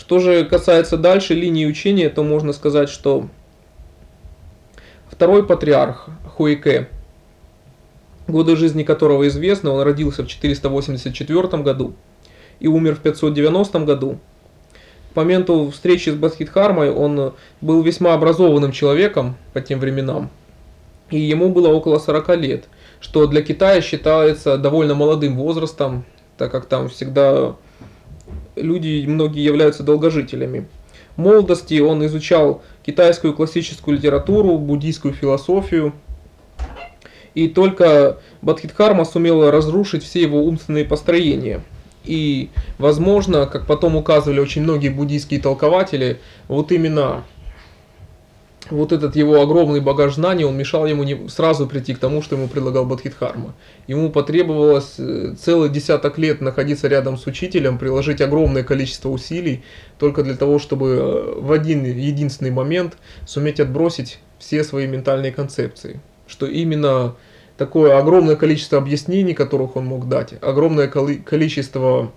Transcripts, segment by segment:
Что же касается дальше линии учения, то можно сказать, что второй патриарх Хуэйке, годы жизни которого известны, он родился в 484 году и умер в 590 году. К моменту встречи с Бодхидхармой он был весьма образованным человеком по тем временам, и ему было около 40 лет, что для Китая считается довольно молодым возрастом, так как там всегда люди, многие являются долгожителями. В молодости он изучал китайскую классическую литературу, буддийскую философию, и только Бодхидхарма сумела разрушить все его умственные построения. И, возможно, как потом указывали очень многие буддийские толкователи, вот именно вот этот его огромный багаж знаний, он мешал ему не сразу прийти к тому, что ему предлагал Бодхидхарма. Ему потребовалось целый десяток лет находиться рядом с учителем, приложить огромное количество усилий, только для того, чтобы в один единственный момент суметь отбросить все свои ментальные концепции. Что именно такое огромное количество объяснений, которых он мог дать, огромное количество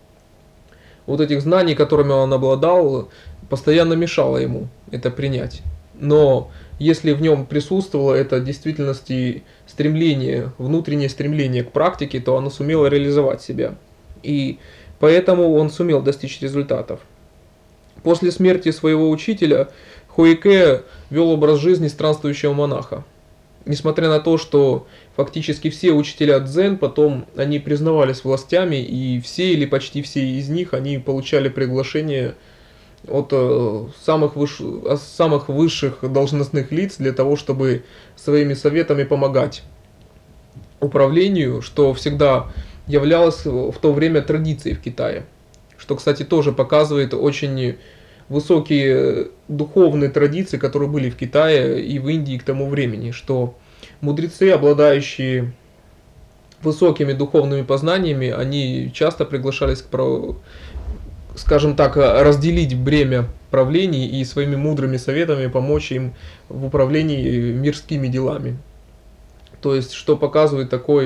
вот этих знаний, которыми он обладал, постоянно мешало ему это принять. Но если в нем присутствовало это в действительности стремление, внутреннее стремление к практике, то оно сумело реализовать себя. И поэтому он сумел достичь результатов. После смерти своего учителя Хуэйке вел образ жизни странствующего монаха. Несмотря на то, что фактически все учителя дзен потом они признавались властями, и все или почти все из них они получали приглашение от самых высших должностных лиц для того, чтобы своими советами помогать управлению, что всегда являлось в то время традицией в Китае. Что, кстати, тоже показывает очень высокие духовные традиции, которые были в Китае и в Индии к тому времени, что мудрецы, обладающие высокими духовными познаниями, они часто приглашались скажем так, разделить бремя правления и своими мудрыми советами помочь им в управлении мирскими делами. То есть, что показывает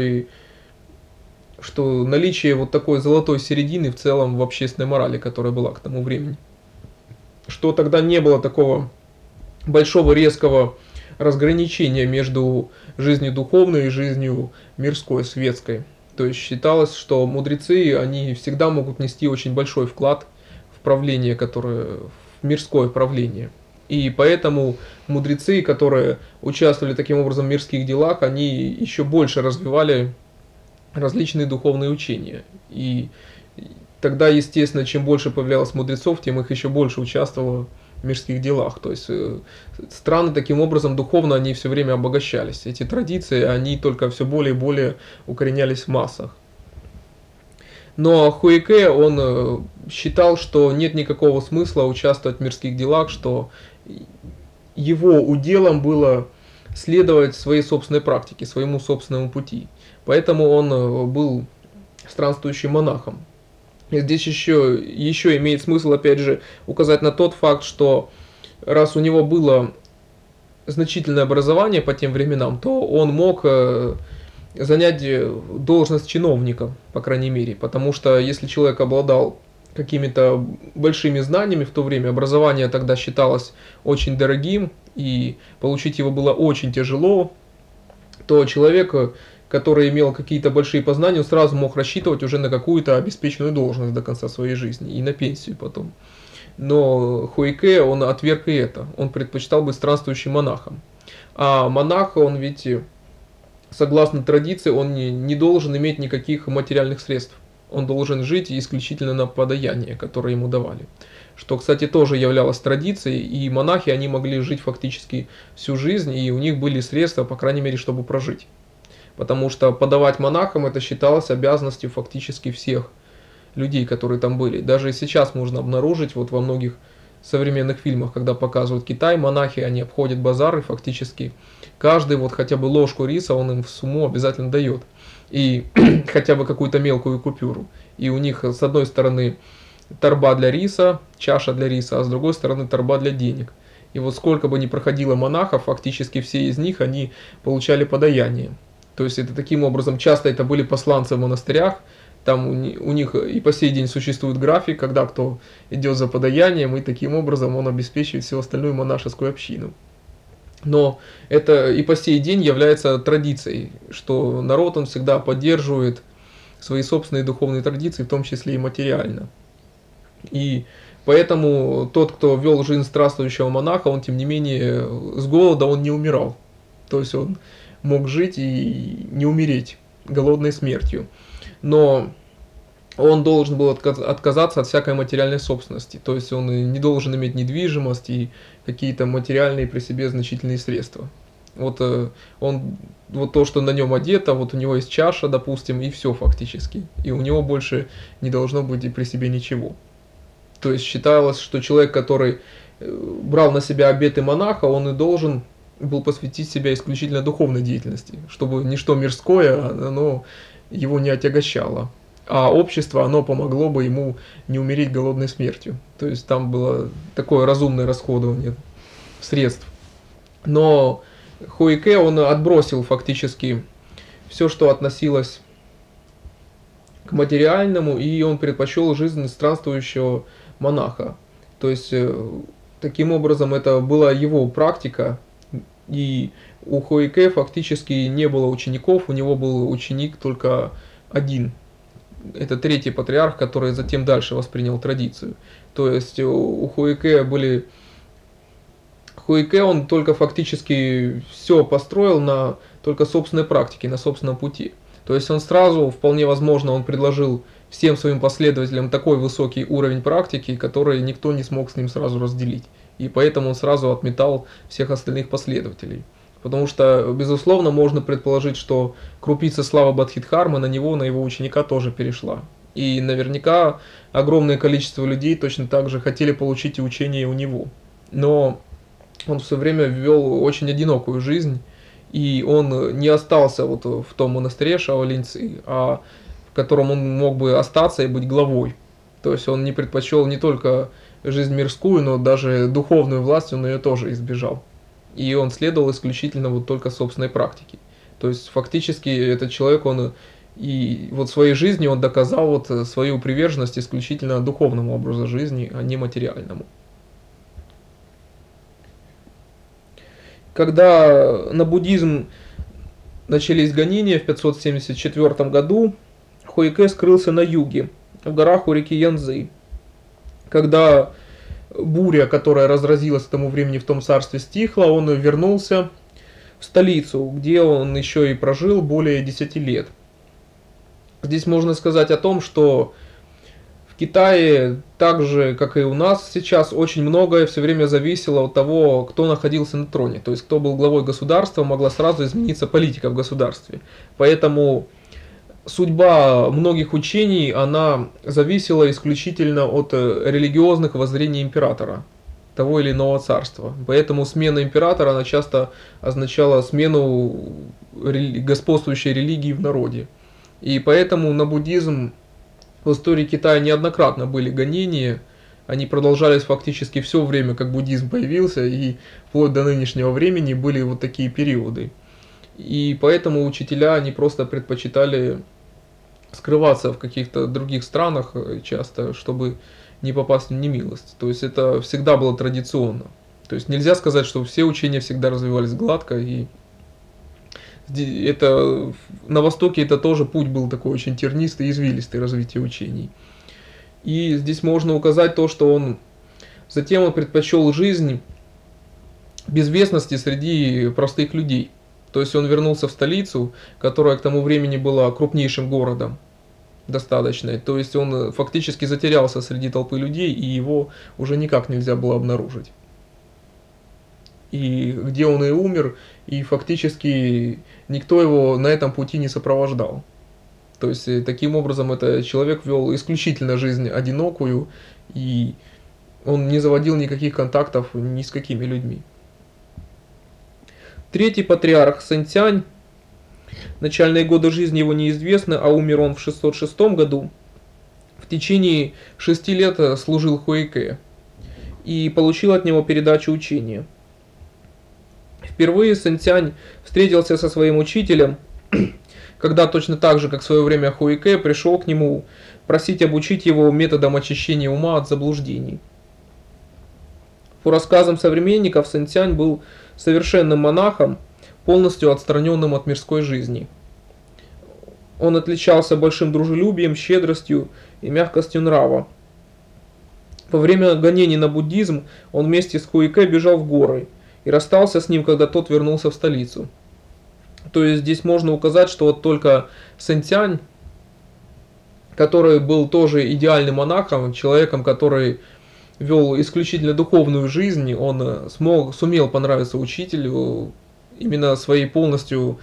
что наличие вот такой золотой середины в целом в общественной морали, которая была к тому времени. Что тогда не было такого большого резкого разграничения между жизнью духовной и жизнью мирской, светской. То есть считалось, что мудрецы, они всегда могут нести очень большой вклад в правление, в мирское правление. И поэтому мудрецы, которые участвовали таким образом в мирских делах, они еще больше развивали различные духовные учения. И тогда, естественно, чем больше появлялось мудрецов, тем их еще больше участвовало в мирских делах. То есть страны таким образом духовно они все время обогащались. Эти традиции, они только все более и более укоренялись в массах. Но Хуэйке, он считал, что нет никакого смысла участвовать в мирских делах, что его уделом было следовать своей собственной практике, своему собственному пути. Поэтому он был странствующим монахом. И здесь еще имеет смысл, опять же, указать на тот факт, что раз у него было значительное образование по тем временам, то он мог занять должность чиновника, по крайней мере. Потому что если человек обладал какими-то большими знаниями в то время, образование тогда считалось очень дорогим, и получить его было очень тяжело, то человек, который имел какие-то большие познания, он сразу мог рассчитывать уже на какую-то обеспеченную должность до конца своей жизни и на пенсию потом. Но Хуэйке, он отверг и это. Он предпочитал быть странствующим монахом. А монах, он ведь, согласно традиции, он не должен иметь никаких материальных средств. Он должен жить исключительно на подаяние, которое ему давали. Что, кстати, тоже являлось традицией, и монахи, они могли жить фактически всю жизнь, и у них были средства, по крайней мере, чтобы прожить. Потому что подавать монахам это считалось обязанностью фактически всех людей, которые там были. Даже и сейчас можно обнаружить вот во многих современных фильмах, когда показывают Китай, монахи, они обходят базары, фактически каждый вот хотя бы ложку риса он им в сумму обязательно дает. И хотя бы какую-то мелкую купюру. И у них с одной стороны торба для риса, чаша для риса, а с другой стороны торба для денег. И вот сколько бы ни проходило монахов, фактически все из них, они получали подаяние. То есть это таким образом, часто это были посланцы в монастырях, Там у них и по сей день существует график, когда кто идет за подаянием, и таким образом он обеспечивает всю остальную монашескую общину. Но это и по сей день является традицией, что народ он всегда поддерживает свои собственные духовные традиции, в том числе и материально. И поэтому тот, кто вел жизнь странствующего монаха, он тем не менее с голода он не умирал. То есть он мог жить и не умереть голодной смертью. Но он должен был отказаться от всякой материальной собственности. То есть он не должен иметь недвижимость и какие-то материальные при себе значительные средства. Вот вот то, что на нем одето, вот у него есть чаша, допустим, и все фактически. И у него больше не должно быть и при себе ничего. То есть считалось, что человек, который брал на себя обеты монаха, он и должен был посвятить себя исключительно духовной деятельности, чтобы ничто мирское, оно его не отягощало. А общество, оно помогло бы ему не умереть голодной смертью. То есть там было такое разумное расходование средств. Но Хуэйке, он отбросил фактически все, что относилось к материальному, и он предпочел жизнь странствующего монаха. То есть таким образом это была его практика, и у Хуэйке фактически не было учеников, у него был ученик только один. Это третий патриарх, который затем дальше воспринял традицию. То есть у Хуэйке были... Хуэйке он только фактически все построил на только собственной практике, на собственном пути. То есть он сразу, вполне возможно, он предложил всем своим последователям такой высокий уровень практики, который никто не смог с ним сразу разделить. И поэтому он сразу отметал всех остальных последователей. Потому что, безусловно, можно предположить, что крупица славы Бодхидхармы на него, на его ученика тоже перешла. И наверняка огромное количество людей точно так же хотели получить и учение у него. Но он все время вел очень одинокую жизнь, и он не остался вот в том монастыре шаолиньцы, в котором он мог бы остаться и быть главой. То есть он не предпочел не только жизнь мирскую, но даже духовную власть он ее тоже избежал. И он следовал исключительно вот только собственной практике. То есть фактически этот человек, он и вот в своей жизни он доказал вот свою приверженность исключительно духовному образу жизни, а не материальному. Когда на буддизм начались гонения в 574 году, Хуэйке скрылся на юге, в горах у реки Янцзы. Когда буря, которая разразилась к тому времени в том царстве, стихла, он вернулся в столицу, где он еще и прожил более 10 лет. Здесь можно сказать о том, что в Китае, так же, как и у нас сейчас, очень многое все время зависело от того, кто находился на троне. То есть, кто был главой государства, могла сразу измениться политика в государстве. Поэтому судьба многих учений, она зависела исключительно от религиозных воззрений императора, того или иного царства. Поэтому смена императора, она часто означала смену господствующей религии в народе. И поэтому на буддизм в истории Китая неоднократно были гонения, они продолжались фактически все время, как буддизм появился, и вплоть до нынешнего времени были вот такие периоды. И поэтому учителя, они просто предпочитали скрываться в каких-то других странах часто, чтобы не попасть в немилость. То есть это всегда было традиционно. То есть нельзя сказать, что все учения всегда развивались гладко, и это, на Востоке это тоже путь был такой очень тернистый, извилистый развитие учений. И здесь можно указать то, что затем он предпочел жизнь безвестности среди простых людей. То есть он вернулся в столицу, которая к тому времени была крупнейшим городом достаточно. То есть он фактически затерялся среди толпы людей, и его уже никак нельзя было обнаружить. И где он и умер, и фактически никто его на этом пути не сопровождал. То есть таким образом этот человек вел исключительно жизнь одинокую, и он не заводил никаких контактов ни с какими людьми. Третий патриарх Сэнцянь, начальные годы жизни его неизвестны, а умер он в 606 году. В течение 6 лет служил Хуэйке и получил от него передачу учения. Впервые Сэнцянь встретился со своим учителем когда точно так же, как в свое время Хуэйкэ, пришел к нему просить обучить его методам очищения ума от заблуждений. По рассказам современников, Сэнтянь был совершенным монахом, полностью отстраненным от мирской жизни. Он отличался большим дружелюбием, щедростью и мягкостью нрава. Во время гонений на буддизм он вместе с Хуэйкэ бежал в горы и расстался с ним, когда тот вернулся в столицу. То есть здесь можно указать, что вот только Сэнтянь, который был тоже идеальным монахом, человеком, который вел исключительно духовную жизнь, он сумел понравиться учителю именно своей полной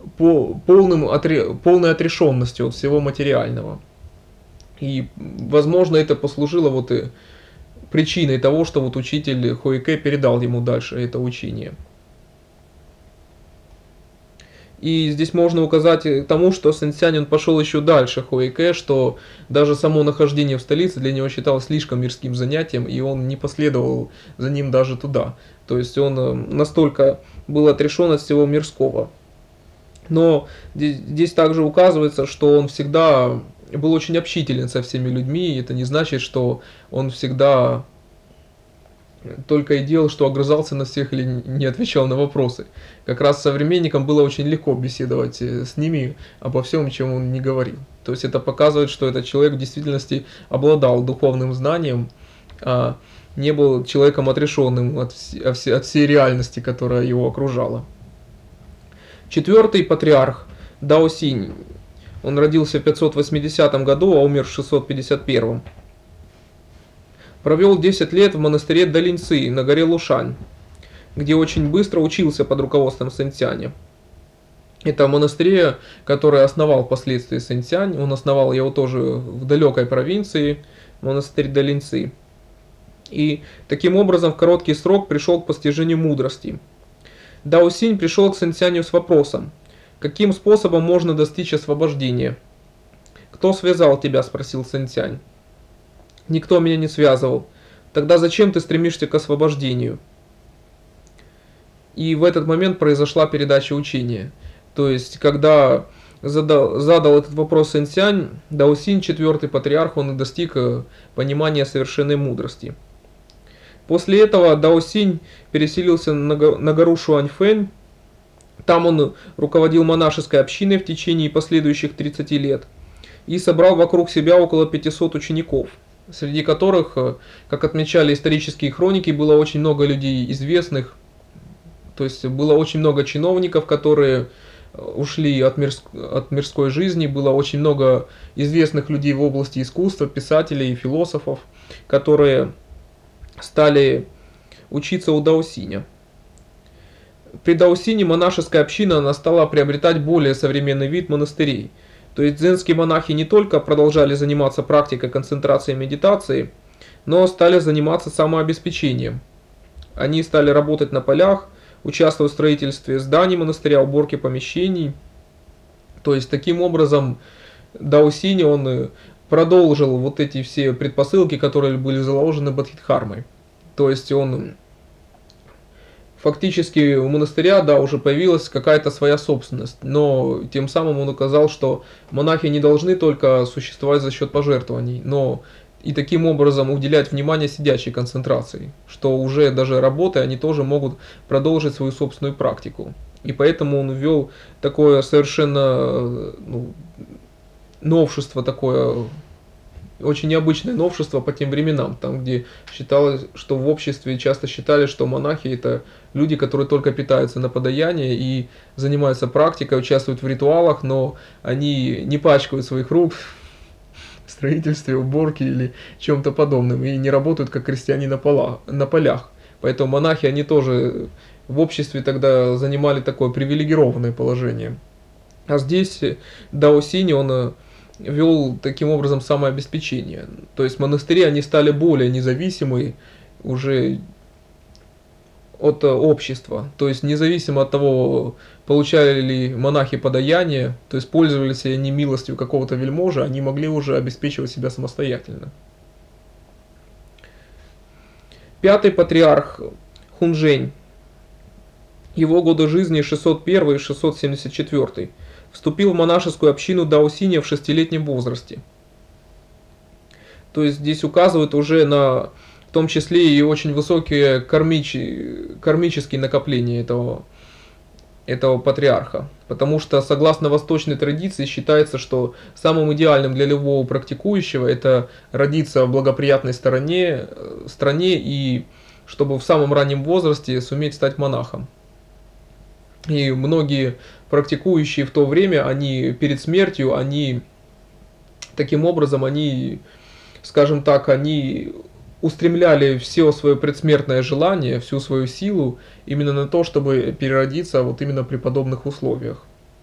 отрешенностью от всего материального. И, возможно, это послужило вот и причиной того, что вот учитель Хуэйкэ передал ему дальше это учение. И здесь можно указать тому, что Сэнтянь он пошел еще дальше Хуэйкэ, что даже само нахождение в столице для него считалось слишком мирским занятием, и он не последовал за ним даже туда. То есть он настолько был отрешен от всего мирского. Но здесь также указывается, что он всегда был очень общителен со всеми людьми, и это не значит, что он всегда только и делал, что огрызался на всех или не отвечал на вопросы. Как раз современникам было очень легко беседовать с ними обо всем, чем он не говорил. То есть это показывает, что этот человек в действительности обладал духовным знанием, а не был человеком отрешенным от всей реальности, которая его окружала. Четвертый патриарх Дао Синь. Он родился в 580 году, а умер в 651. Провел 10 лет в монастыре Далиньцы на горе Лушань, где очень быстро учился под руководством Сэнтяня. Это монастырь, который основал впоследствии Сэнтянь. Он основал его тоже в далекой провинции, монастырь Далиньцы. И таким образом в короткий срок пришел к постижению мудрости. Дао Синь пришел к Сэнтяню с вопросом: каким способом можно достичь освобождения? «Кто связал тебя?» – спросил Сэнтянь. «Никто меня не связывал. Тогда зачем ты стремишься к освобождению?» И в этот момент произошла передача учения. То есть, когда задал этот вопрос Сэнтянь, Дао Синь, четвертый патриарх, он и достиг понимания совершенной мудрости. После этого Дао Синь переселился на гору Шуаньфэнь. Там он руководил монашеской общиной в течение последующих 30 лет и собрал вокруг себя около 500 учеников, среди которых, как отмечали исторические хроники, было очень много людей известных, то есть было очень много чиновников, которые ушли от мирской жизни, было очень много известных людей в области искусства, писателей и философов, которые стали учиться у Дао Синя. При Дао Сине монашеская община стала приобретать более современный вид монастырей. То есть дзенские монахи не только продолжали заниматься практикой концентрации и медитации, но стали заниматься самообеспечением. Они стали работать на полях, участвовать в строительстве зданий монастыря, уборке помещений. То есть таким образом Дао Синь он продолжил вот эти все предпосылки, которые были заложены Бодхидхармой. То есть он фактически у монастыря, да, уже появилась какая-то своя собственность, но тем самым он указал, что монахи не должны только существовать за счет пожертвований, но и таким образом уделять внимание сидячей концентрации, что уже даже работая они тоже могут продолжить свою собственную практику. И поэтому он ввел такое совершенно новшество, такое очень необычное новшество по тем временам, там где считалось, что в обществе часто считали, что монахи это люди, которые только питаются на подаяние и занимаются практикой, участвуют в ритуалах, но они не пачкают своих рук в строительстве, уборке или чем-то подобным и не работают как крестьяне на полях. Поэтому монахи, они тоже в обществе тогда занимали такое привилегированное положение. А здесь Дао Синь, он вел таким образом самообеспечение. То есть монастыри, они стали более независимы уже от общества. То есть независимо от того, получали ли монахи подаяние, то есть пользовались ли они милостью какого-то вельможи, они могли уже обеспечивать себя самостоятельно. Пятый патриарх Хунжэнь. Его годы жизни 601 и 674. вступил в монашескую общину Даосиня в 6-летнем возрасте. То есть здесь указывают уже на, в том числе и очень высокие кармические накопления этого патриарха. Потому что, согласно восточной традиции, считается, что самым идеальным для любого практикующего это родиться в благоприятной стране и чтобы в самом раннем возрасте суметь стать монахом. И многие практикующие в то время, они перед смертью, они таким образом, скажем так, они устремляли все свое предсмертное желание, всю свою силу именно на то, чтобы переродиться вот именно при подобных условиях.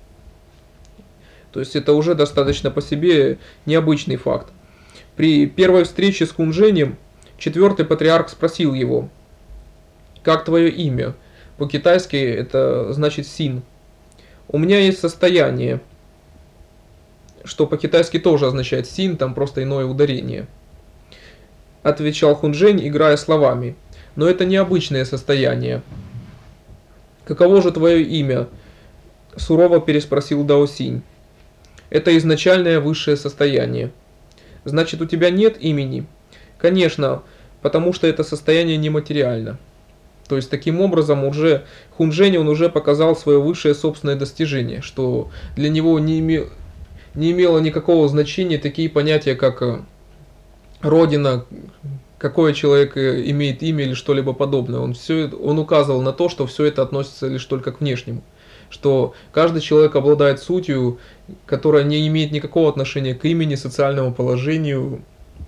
То есть это уже достаточно по себе необычный факт. При первой встрече с Хунжэнем 4-й патриарх спросил его: «Как твое имя?» По-китайски это значит «син». «У меня есть состояние», что по-китайски тоже означает «син», там просто иное ударение. Отвечал Хунжэнь, играя словами: «Но это необычное состояние». «Каково же твое имя?» Сурово переспросил Даосинь. «Это изначальное высшее состояние». «Значит, у тебя нет имени?» «Конечно, потому что это состояние нематериально». То есть, таким образом, уже Хунжэнь, он уже показал свое высшее собственное достижение, что для него не имело никакого значения такие понятия, как родина, какой человек имеет имя или что-либо подобное. Он указывал на то, что все это относится лишь только к внешнему. Что каждый человек обладает сутью, которая не имеет никакого отношения к имени, социальному положению,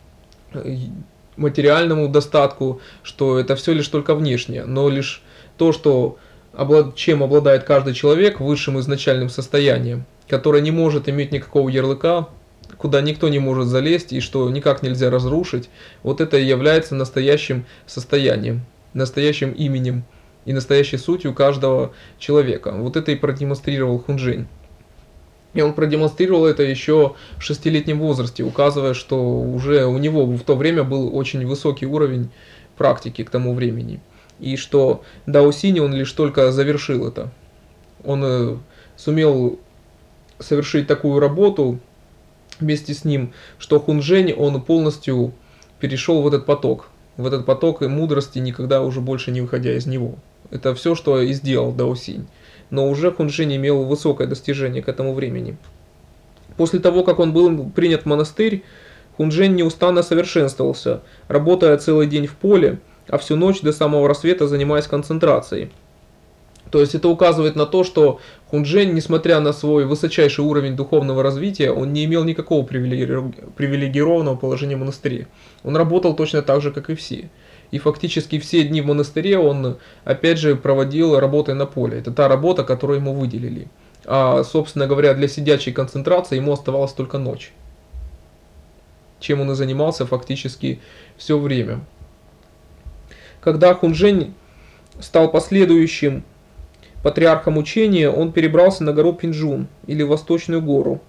материальному достатку, что это все лишь только внешнее, но лишь то, чем обладает каждый человек, высшим изначальным состоянием, которое не может иметь никакого ярлыка, куда никто не может залезть и что никак нельзя разрушить, вот это и является настоящим состоянием, настоящим именем и настоящей сутью каждого человека. Вот это и продемонстрировал Хунжэнь. И он продемонстрировал это еще в 6-летнем возрасте, указывая, что уже у него в то время был очень высокий уровень практики к тому времени. И что Даосинь, он лишь только завершил это. Он сумел совершить такую работу вместе с ним, что Хунжэнь, он полностью перешел в этот поток мудрости, никогда уже больше не выходя из него. Это все, что и сделал Даосинь. Но уже Хунжэнь имел высокое достижение к этому времени. После того, как он был принят в монастырь, Хунжэнь неустанно совершенствовался, работая целый день в поле, а всю ночь до самого рассвета занимаясь концентрацией. То есть это указывает на то, что Хунжэнь, несмотря на свой высочайший уровень духовного развития, он не имел никакого привилегированного положения в монастыре. Он работал точно так же, как и все. И фактически все дни в монастыре он, опять же, проводил работой на поле. Это та работа, которую ему выделили. А, собственно говоря, для сидячей концентрации ему оставалась только ночь. Чем он и занимался фактически все время. Когда Хунжэнь стал последующим патриархом учения, он перебрался на гору Пинджун, или Восточную гору.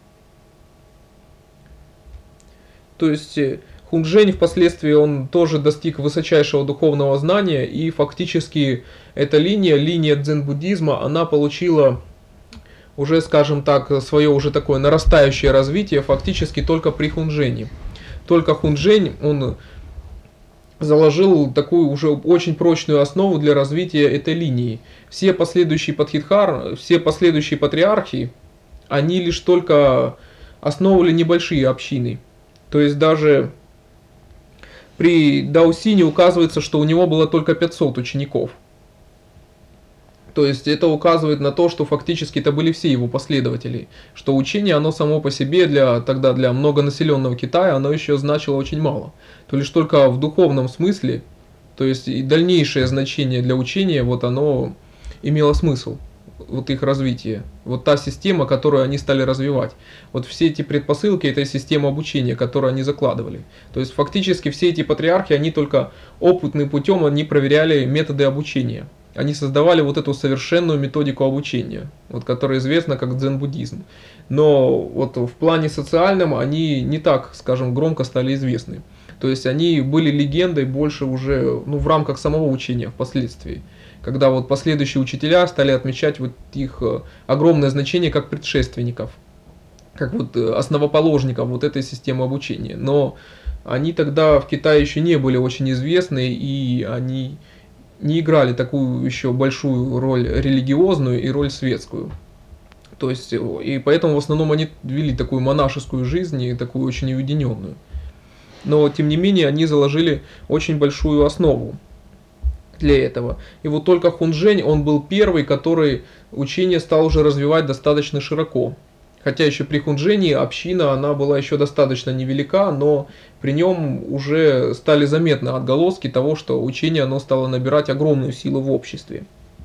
То есть Хунжэнь впоследствии он тоже достиг высочайшего духовного знания, и фактически эта линия дзен-буддизма, она получила уже, скажем так, свое уже такое нарастающее развитие фактически только при Хунжэне. Только Хунжэнь, он заложил такую уже очень прочную основу для развития этой линии. Все последующие падхидхар, все последующие патриархи, они лишь только основывали небольшие общины. То есть даже при Даосине указывается, что у него было только 500 учеников. То есть это указывает на то, что фактически это были все его последователи. Что учение, оно само по себе тогда для многонаселенного Китая, оно еще значило очень мало. То лишь только в духовном смысле, то есть и дальнейшее значение для учения, вот оно имело смысл. Вот их развитие, вот та система, которую они стали развивать. Вот все эти предпосылки, это система обучения, которую они закладывали. То есть фактически все эти патриархи, они только опытным путем, они проверяли методы обучения. Они создавали вот эту совершенную методику обучения, вот, которая известна как дзен-буддизм. Но вот в плане социальном они не так, скажем, громко стали известны. То есть они были легендой больше уже в рамках самого учения впоследствии. когда вот последующие учителя стали отмечать вот их огромное значение как предшественников, как вот основоположников вот этой системы обучения. Но они тогда в Китае еще не были очень известны, и они не играли такую еще большую роль религиозную и роль светскую. То есть, и поэтому в основном они вели такую монашескую жизнь и такую очень уединенную. Но, тем не менее, они заложили очень большую основу для этого. И вот только Хунжэнь, он был первый, который учение стал уже развивать достаточно широко. Хотя еще при Хунжэне община, она была еще достаточно невелика, но при нем уже стали заметны отголоски того, что учение оно стало набирать огромную силу в обществе.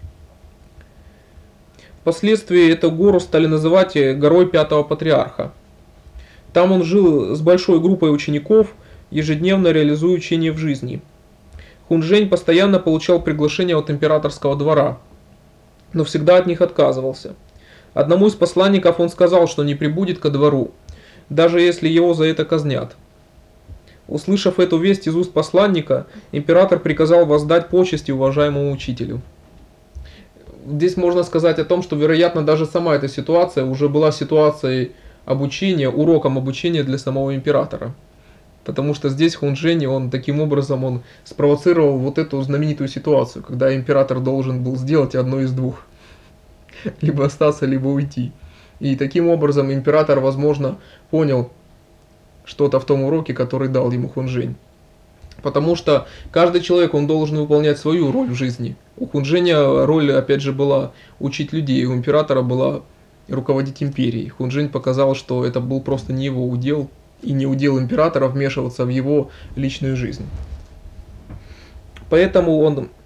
Впоследствии эту гору стали называть горой Пятого Патриарха. Там он жил с большой группой учеников, ежедневно реализуя учение в жизни. Хунжэнь постоянно получал приглашения от императорского двора, но всегда от них отказывался. Одному из посланников он сказал, что не прибудет ко двору, даже если его за это казнят. Услышав эту весть из уст посланника, император приказал воздать почести уважаемому учителю. Здесь можно сказать о том, что, вероятно, даже сама эта ситуация уже была ситуацией обучения, уроком обучения для самого императора. Потому что здесь Хунжэнь, он таким образом он спровоцировал вот эту знаменитую ситуацию, когда император должен был сделать одно из двух. Либо остаться, либо уйти. И таким образом император, возможно, понял что-то в том уроке, который дал ему Хунжэнь. Потому что каждый человек, он должен выполнять свою роль в жизни. У Хунжэня роль, опять же, была учить людей, у императора была руководить империей. Хунжэнь показал, что это был просто не его удел, и не удел императора вмешиваться в его личную жизнь. Поэтому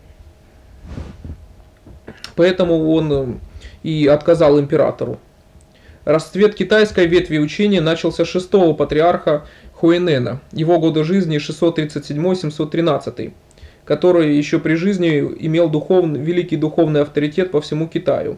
он и отказал императору. Расцвет китайской ветви учения начался с шестого патриарха Хуэнена, его годы жизни 637-713, который еще при жизни имел великий духовный авторитет по всему Китаю.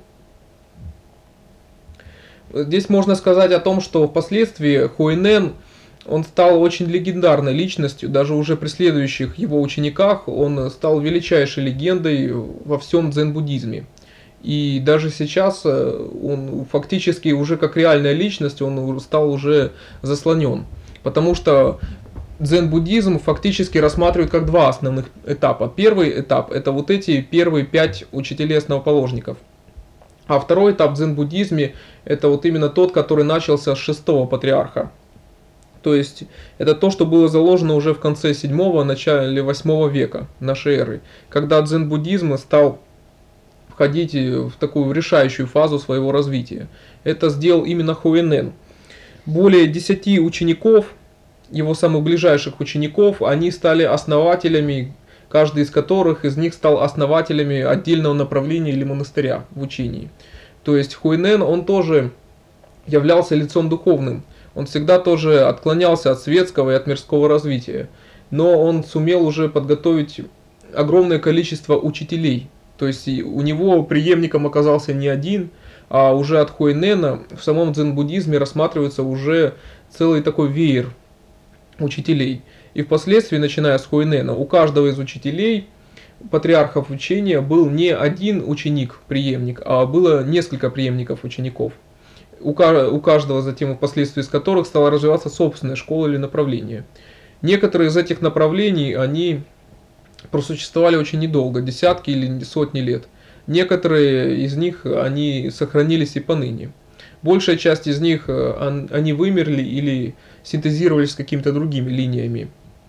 Здесь можно сказать о том, что впоследствии Хуэнен, он стал очень легендарной личностью, даже уже при следующих его учениках он стал величайшей легендой во всем дзен-буддизме. И даже сейчас он фактически уже как реальная личность, он стал уже заслонен. Потому что дзен-буддизм фактически рассматривают как два основных этапа. Первый этап – это вот эти первые 5 учителей-основоположников. А второй этап в дзен-буддизме – это вот именно тот, который начался с шестого патриарха. То есть это то, что было заложено уже в конце 7-го, начале 8 века нашей эры, когда дзен-буддизм стал входить в такую решающую фазу своего развития. Это сделал именно Хуэнен. Более 10 учеников, его самых ближайших учеников, они стали основателями, каждый из них стал основателями отдельного направления или монастыря в учении. То есть Хуэнен, он тоже являлся лицом духовным. Он всегда тоже отклонялся от светского и от мирского развития. Но он сумел уже подготовить огромное количество учителей. То есть у него преемником оказался не один, а уже от Хуэнена в самом дзен-буддизме рассматривается уже целый такой веер учителей. И впоследствии, начиная с Хуэнена, у каждого из учителей, патриархов учения, был не один ученик-преемник, а было несколько преемников учеников. У каждого затем, впоследствии из которых стала развиваться собственная школа или направление. Некоторые из этих направлений, они просуществовали очень недолго, десятки или сотни лет. Некоторые из них, они сохранились и поныне. Большая часть из них, они вымерли или синтезировались с какими-то другими линиями.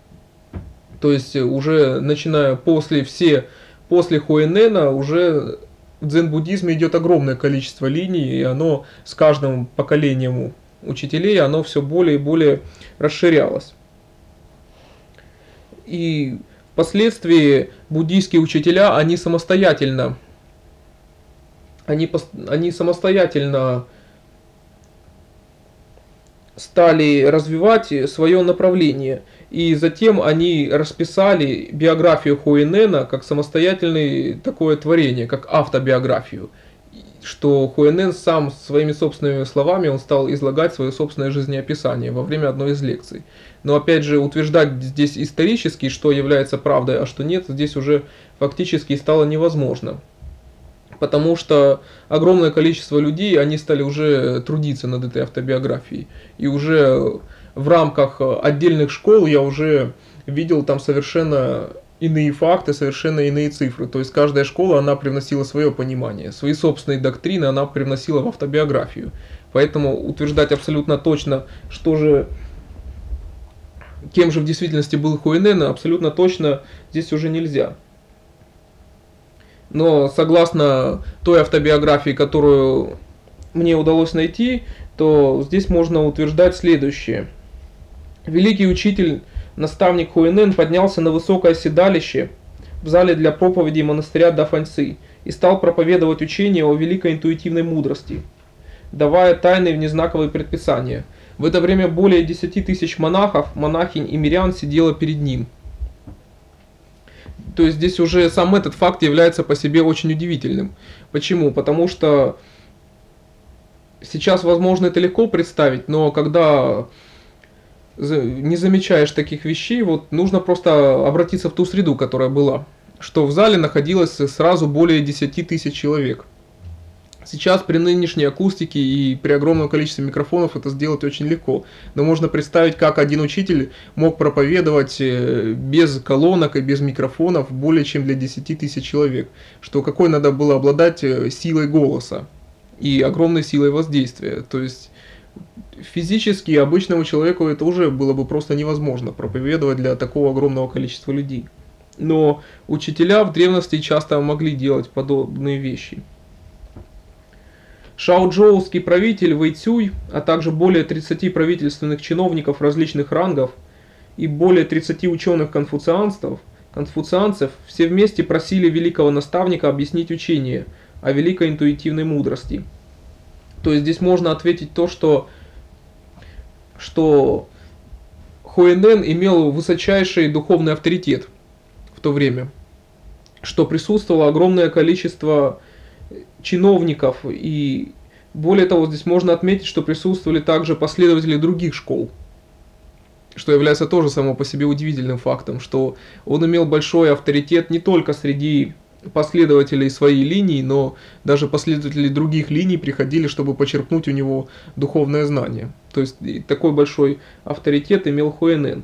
То есть уже начиная после Хуэнена, уже в дзен-буддизме идет огромное количество линий, и оно с каждым поколением учителей, оно все более и более расширялось. И впоследствии буддийские учителя, они самостоятельно стали развивать свое направление. И затем они расписали биографию Хуэнена как самостоятельное такое творение, как автобиографию. что Хуэнен сам своими собственными словами он стал излагать свое собственное жизнеописание во время одной из лекций. Но опять же, утверждать здесь исторически, что является правдой, а что нет, здесь уже фактически стало невозможно. Потому что огромное количество людей, они стали уже трудиться над этой автобиографией. И уже в рамках отдельных школ я уже видел там совершенно иные факты, совершенно иные цифры. То есть каждая школа, она привносила свое понимание, свои собственные доктрины она привносила в автобиографию. Поэтому утверждать абсолютно точно, что же, кем же в действительности был Хуэнен, абсолютно точно здесь уже нельзя. Но согласно той автобиографии, которую мне удалось найти, то здесь можно утверждать следующее. Великий учитель, наставник Хуэнен поднялся на высокое седалище в зале для проповедей монастыря Дафаньцы и стал проповедовать учение о великой интуитивной мудрости, давая тайные внезнаковые предписания. В это время более 10 тысяч монахов, монахинь и мирян сидело перед ним. То есть здесь уже сам этот факт является по себе очень удивительным. Почему? Потому что сейчас, возможно, это легко представить, но когда не замечаешь таких вещей, вот нужно просто обратиться в ту среду, которая была. Что в зале находилось сразу более 10 тысяч человек. Сейчас при нынешней акустике и при огромном количестве микрофонов это сделать очень легко. Но можно представить, как один учитель мог проповедовать без колонок и без микрофонов более чем для 10 тысяч человек. Что какой надо было обладать силой голоса и огромной силой воздействия. То есть физически обычному человеку это уже было бы просто невозможно проповедовать для такого огромного количества людей. Но учителя в древности часто могли делать подобные вещи. Шаоджоуский правитель Вэйцюй, а также более 30 правительственных чиновников различных рангов и более 30 ученых-конфуцианцев все вместе просили великого наставника объяснить учение о великой интуитивной мудрости. То есть здесь можно ответить то, что Хуэнен имел высочайший духовный авторитет в то время, что присутствовало огромное количество чиновников, и более того, здесь можно отметить, что присутствовали также последователи других школ, что является тоже само по себе удивительным фактом, что он имел большой авторитет не только среди последователей своей линии, но даже последователи других линий приходили, чтобы почерпнуть у него духовное знание. То есть такой большой авторитет имел Хуэнен.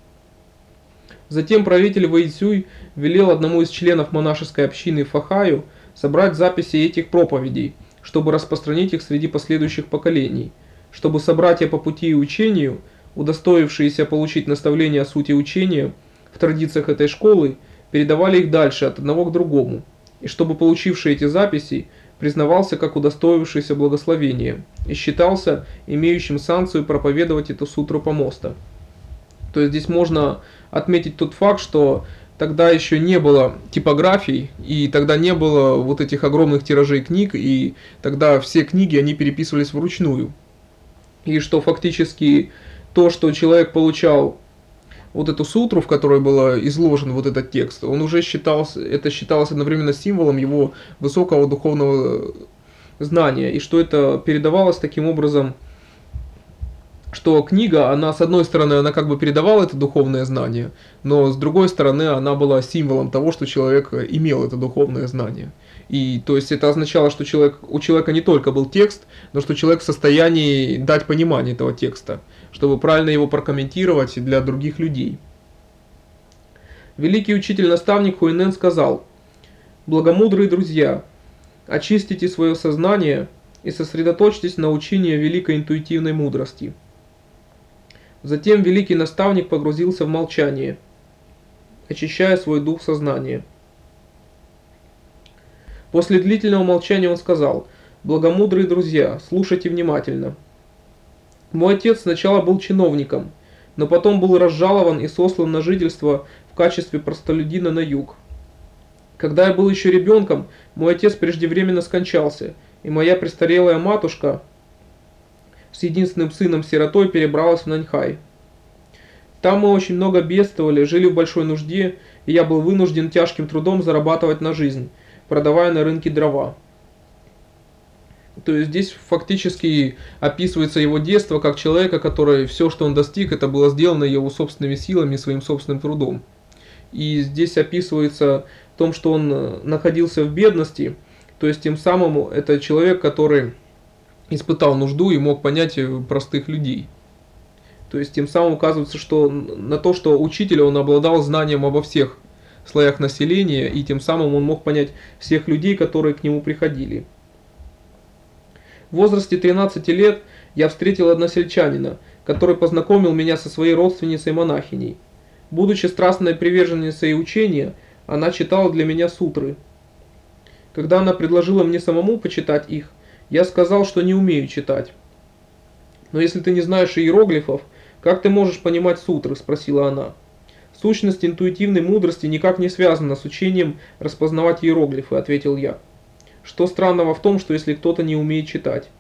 Затем правитель Вэйцюй велел одному из членов монашеской общины Фахаю собрать записи этих проповедей, чтобы распространить их среди последующих поколений, чтобы собратья по пути и учению, удостоившиеся получить наставления о сути учения в традициях этой школы, передавали их дальше от одного к другому, и чтобы получивший эти записи признавался как удостоившийся благословения и считался имеющим санкцию проповедовать эту сутру помоста. То есть здесь можно отметить тот факт, что тогда еще не было типографий, и тогда не было вот этих огромных тиражей книг, и тогда все книги, они переписывались вручную. И что фактически то, что человек получал вот эту сутру, в которой был изложен вот этот текст, он уже считался, это считалось одновременно символом его высокого духовного знания, и что это передавалось таким образом, что книга, она с одной стороны, она как бы передавала это духовное знание, но с другой стороны, она была символом того, что человек имел это духовное знание. И то есть это означало, что у человека не только был текст, но что человек в состоянии дать понимание этого текста, чтобы правильно его прокомментировать для других людей. Великий учитель-наставник Хуэнен сказал: «Благомудрые друзья, очистите свое сознание и сосредоточьтесь на учении великой интуитивной мудрости». Затем великий наставник погрузился в молчание, очищая свой дух сознания. После длительного молчания он сказал: «Благомудрые друзья, слушайте внимательно. Мой отец сначала был чиновником, но потом был разжалован и сослан на жительство в качестве простолюдина на юг. Когда я был еще ребенком, мой отец преждевременно скончался, и моя престарелая матушка с единственным сыном-сиротой перебралась в Наньхай. Там мы очень много бедствовали, жили в большой нужде, и я был вынужден тяжким трудом зарабатывать на жизнь, продавая на рынке дрова. То есть здесь фактически описывается его детство как человека, который все, что он достиг, это было сделано его собственными силами, своим собственным трудом. И здесь описывается в том, что он находился в бедности, то есть тем самым это человек, который испытал нужду и мог понять простых людей. То есть тем самым указывается, что на то, что учитель, он обладал знанием обо всех слоях населения, и тем самым он мог понять всех людей, которые к нему приходили. В возрасте 13 лет я встретил односельчанина, который познакомил меня со своей родственницей-монахиней. Будучи страстной приверженницей учения, она читала для меня сутры. Когда она предложила мне самому почитать их, я сказал, что не умею читать. «Но если ты не знаешь иероглифов, как ты можешь понимать сутры?» – спросила она. «Сущность интуитивной мудрости никак не связана с учением распознавать иероглифы», – ответил я. Что странного в том, что если кто-то не умеет читать?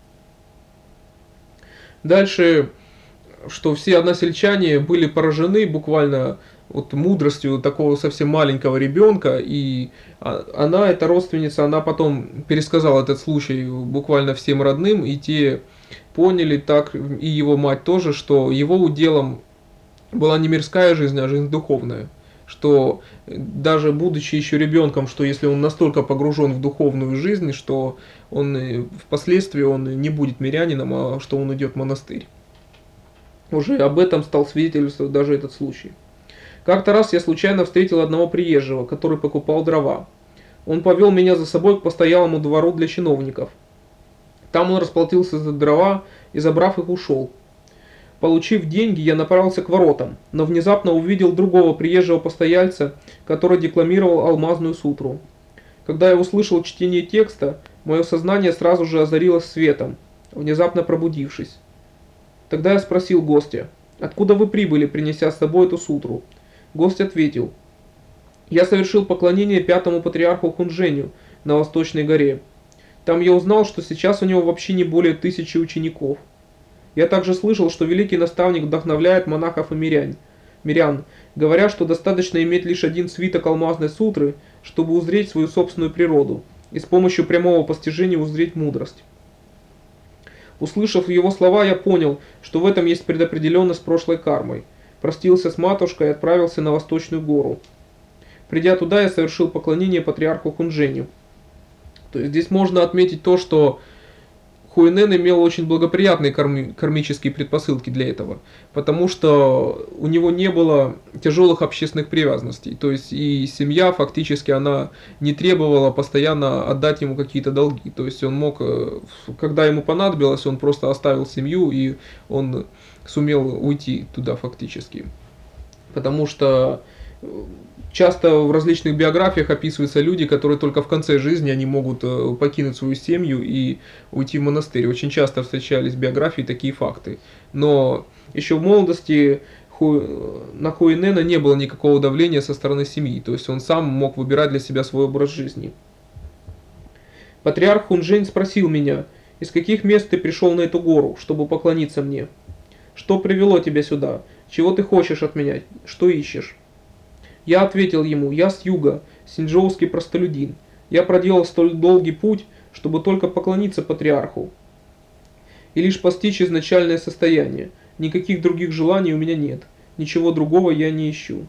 Дальше, что все односельчане были поражены буквально вот мудростью такого совсем маленького ребенка, и она, эта родственница, она потом пересказала этот случай буквально всем родным, и те поняли так, и его мать тоже, что его уделом была не мирская жизнь, а жизнь духовная. Что даже будучи еще ребенком, что если он настолько погружен в духовную жизнь, что он впоследствии он не будет мирянином, а что он идет в монастырь. Уже об этом стал свидетельствовать даже этот случай. Как-то раз я случайно встретил одного приезжего, который покупал дрова. Он повел меня за собой к постоялому двору для чиновников. Там он расплатился за дрова и, забрав их, ушел. Получив деньги, я направился к воротам, но внезапно увидел другого приезжего постояльца, который декламировал алмазную сутру. Когда я услышал чтение текста, мое сознание сразу же озарилось светом, внезапно пробудившись. Тогда я спросил гостя: «Откуда вы прибыли, принеся с собой эту сутру?» Гость ответил: «Я совершил поклонение пятому патриарху Хунжэню на Восточной горе. Там я узнал, что сейчас у него вообще не более 1000 учеников. Я также слышал, что великий наставник вдохновляет монахов и мирян, говоря, что достаточно иметь лишь один свиток алмазной сутры, чтобы узреть свою собственную природу, и с помощью прямого постижения узреть мудрость». Услышав его слова, я понял, что в этом есть предопределенность прошлой кармой. Простился с матушкой и отправился на Восточную гору. Придя туда, я совершил поклонение патриарху Хунжэню. То есть здесь можно отметить то, что Хуэнэн имел очень благоприятные кармические предпосылки для этого, потому что у него не было тяжелых общественных привязанностей, то есть и семья фактически она не требовала постоянно отдать ему какие-то долги, то есть он мог, когда ему понадобилось, он просто оставил семью и он сумел уйти туда фактически, потому что часто в различных биографиях описываются люди, которые только в конце жизни они могут покинуть свою семью и уйти в монастырь. Очень часто встречались в биографии такие факты. Но еще в молодости на Хуэнэна не было никакого давления со стороны семьи. То есть он сам мог выбирать для себя свой образ жизни. Патриарх Хунжэнь спросил меня: «Из каких мест ты пришел на эту гору, чтобы поклониться мне? Что привело тебя сюда? Чего ты хочешь от меня? Что ищешь?» Я ответил ему: «Я с юга, синьчжоуский простолюдин. Я проделал столь долгий путь, чтобы только поклониться патриарху и лишь постичь изначальное состояние. Никаких других желаний у меня нет, ничего другого я не ищу».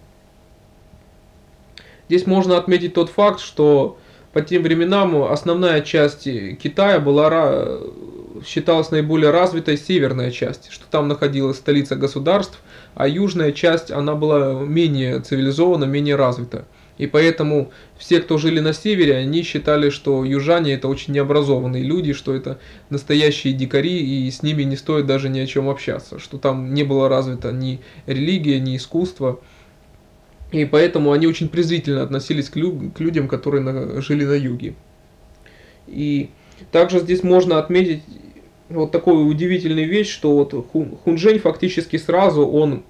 Здесь можно отметить тот факт, что по тем временам основная часть Китая считалась наиболее развитой северная часть, что там находилась столица государств, а южная часть она была менее цивилизована, менее развита. И поэтому все, кто жили на севере, они считали, что южане это очень необразованные люди, что это настоящие дикари, и с ними не стоит даже ни о чем общаться, что там не было развита ни религия, ни искусство. И поэтому они очень презрительно относились к людям, которые жили на юге. И также здесь можно отметить вот такую удивительную вещь, что вот Хунжэнь фактически сразу он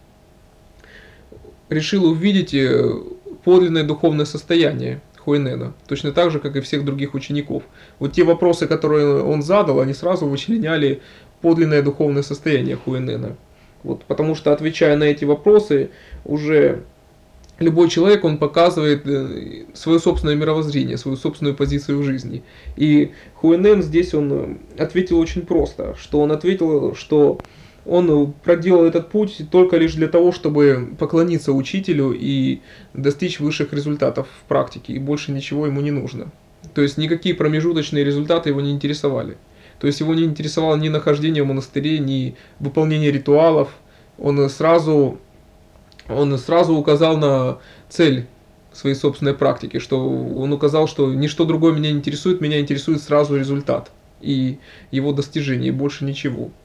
решил увидеть подлинное духовное состояние Хуэнэна, точно так же, как и всех других учеников. Вот те вопросы, которые он задал, они сразу вычленяли подлинное духовное состояние Хуэнэна. Вот, потому что, отвечая на эти вопросы, уже любой человек, он показывает свое собственное мировоззрение, свою собственную позицию в жизни. И Хуэнен здесь он ответил очень просто, что он ответил, что он проделал этот путь только лишь для того, чтобы поклониться учителю и достичь высших результатов в практике, и больше ничего ему не нужно. То есть никакие промежуточные результаты его не интересовали. То есть его не интересовало ни нахождение в монастыре, ни выполнение ритуалов. Он сразу указал на цель своей собственной практики, что он указал, что ничто другое меня не интересует, меня интересует сразу результат и его достижение, и больше ничего.